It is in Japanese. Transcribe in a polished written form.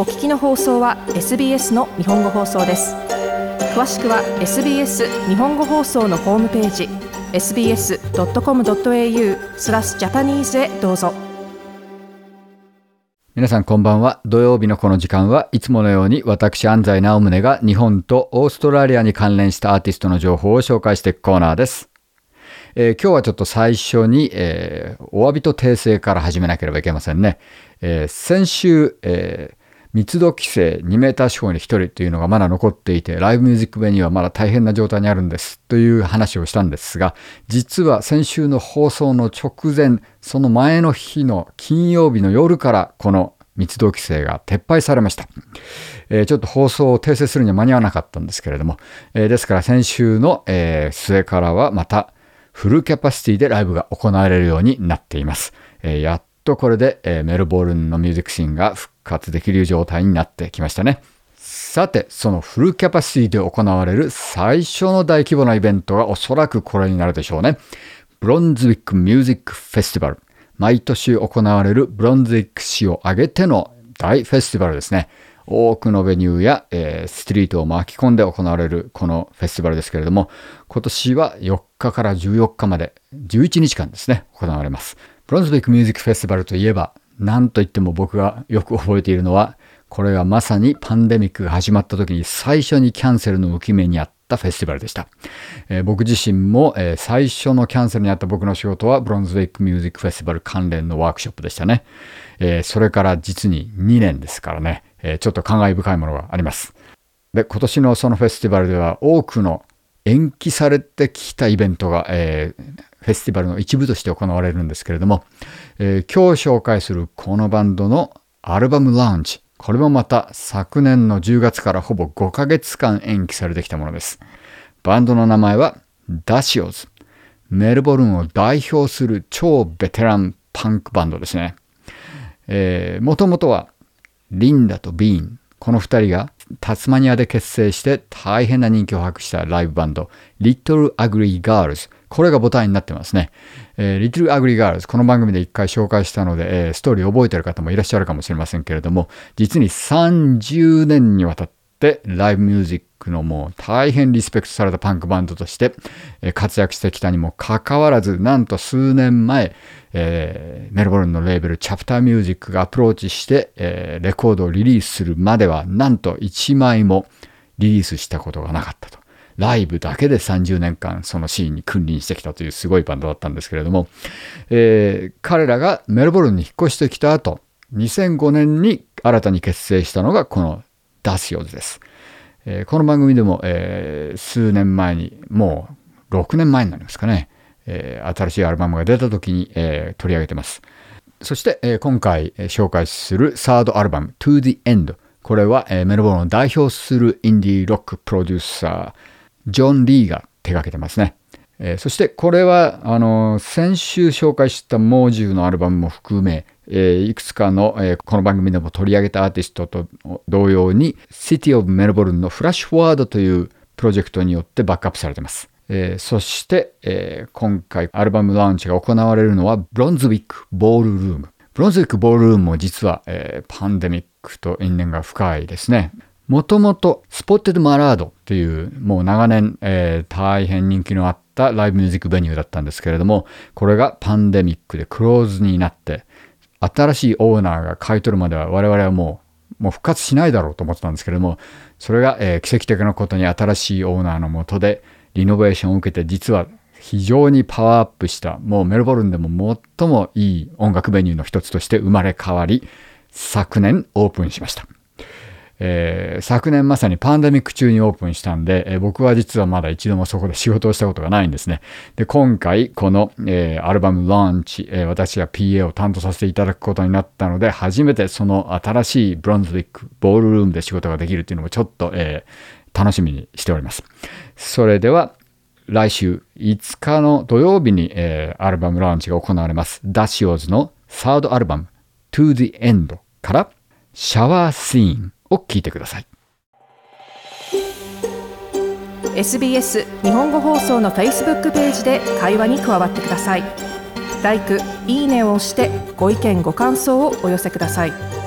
お聞きの放送は SBS の日本語放送です。詳しくは SBS 日本語放送のホームページ sbs.com.au/Japanese へどうぞ。 皆さんこんばんは。土曜日のこの時間はいつものように私安西直宗が日本とオーストラリアに関連したアーティストの情報を紹介していくコーナーです。今日はちょっと最初に、お詫びと訂正から始めなければいけませんね。先週、密度規制2メーター四方に1人というのがまだ残っていて、ライブミュージックベニューはまだ大変な状態にあるんですという話をしたんですが、実は先週の放送の直前、その前の日の金曜日の夜からこの密度規制が撤廃されました。ちょっと放送を訂正するには間に合わなかったんですけれども、ですから先週の、末からはまたフルキャパシティでライブが行われるようになっています。やっとこれで、メルボルンのミュージックシーンが復活できる状態になってきましたね。さて、そのフルキャパシティで行われる最初の大規模なイベントがおそらくこれになるでしょうね。ブロンズウィックミュージックフェスティバル。毎年行われるブロンズウィック市を挙げての大フェスティバルですね。多くのベニューや、ストリートを巻き込んで行われるこのフェスティバルですけれども、今年は4日から14日まで11日間ですね、行われます。ブロンズウィックミュージックフェスティバルといえば、なんといっても僕がよく覚えているのは、これがまさにパンデミックが始まった時に最初にキャンセルの浮き目にあったフェスティバルでした。僕自身も、最初のキャンセルにあった僕の仕事はブロンズウィックミュージックフェスティバル関連のワークショップでしたね。それから実に2年ですからね、ちょっと感慨深いものがあります。で、今年のそのフェスティバルでは多くの延期されてきたイベントが、フェスティバルの一部として行われるんですけれども、今日紹介するこのバンドのアルバムラウンジ、これもまた昨年の10月からほぼ5ヶ月間延期されてきたものです。バンドの名前はダシオズ。メルボルンを代表する超ベテランパンクバンドですね。もともとはリンダとビーン、この2人がタスマニアで結成して大変な人気を博したライブバンド Little Ugly Girls、 これが母体になってますね。Little Ugly Girls、 この番組で一回紹介したので、ストーリー覚えてる方もいらっしゃるかもしれませんけれども、実に30年にわたってライブミュージックのもう大変リスペクトされたパンクバンドとして活躍してきたにもかかわらず、なんと数年前、メルボルンのレーベルチャプターミュージックがアプローチして、レコードをリリースするまではなんと1枚もリリースしたことがなかったと。ライブだけで30年間そのシーンに君臨してきたというすごいバンドだったんですけれども、彼らがメルボルンに引っ越してきた後、2005年に新たに結成したのがこのダシオズです。この番組でも、数年前に、もう6年前になりますかね、新しいアルバムが出た時に、取り上げてます。そして、今回、紹介するサードアルバム To the End、 これは、メルボルンを代表するインディーロックプロデューサージョン・リーが手掛けてますね。そしてこれは先週紹介したモージュのアルバムも含め、いくつかの、この番組でも取り上げたアーティストと同様に City of Melbourne のフラッシュフォワードというプロジェクトによってバックアップされています。そして、今回アルバムラウンチが行われるのはブロンズウィックボールルーム。ブロンズウィックボールルームも実は、パンデミックと因縁が深いですね。もともとスポッテッドマラードというもう長年、大変人気のあったライブミュージックベニューだったんですけれども、これがパンデミックでクローズになって新しいオーナーが買い取るまでは我々はもう復活しないだろうと思ってたんですけれども、それが、奇跡的なことに新しいオーナーの下でリノベーションを受けて、実は非常にパワーアップした、もうメルボルンでも最もいい音楽ベニューの一つとして生まれ変わり、昨年オープンしました。昨年まさにパンデミック中にオープンしたんで、僕は実はまだ一度もそこで仕事をしたことがないんですね。で、今回この、アルバムランチ、私が PA を担当させていただくことになったので、初めてその新しいブロンズウィックボールルームで仕事ができるっていうのもちょっと、楽しみにしております。それでは来週5日の土曜日に、アルバムランチが行われますダシオズのサードアルバム To the End からシャワーシーンを聞いてください。 SBS 日本語放送の Facebook ページで会話に加わってください。LIKE、いいねを押してご意見ご感想をお寄せください。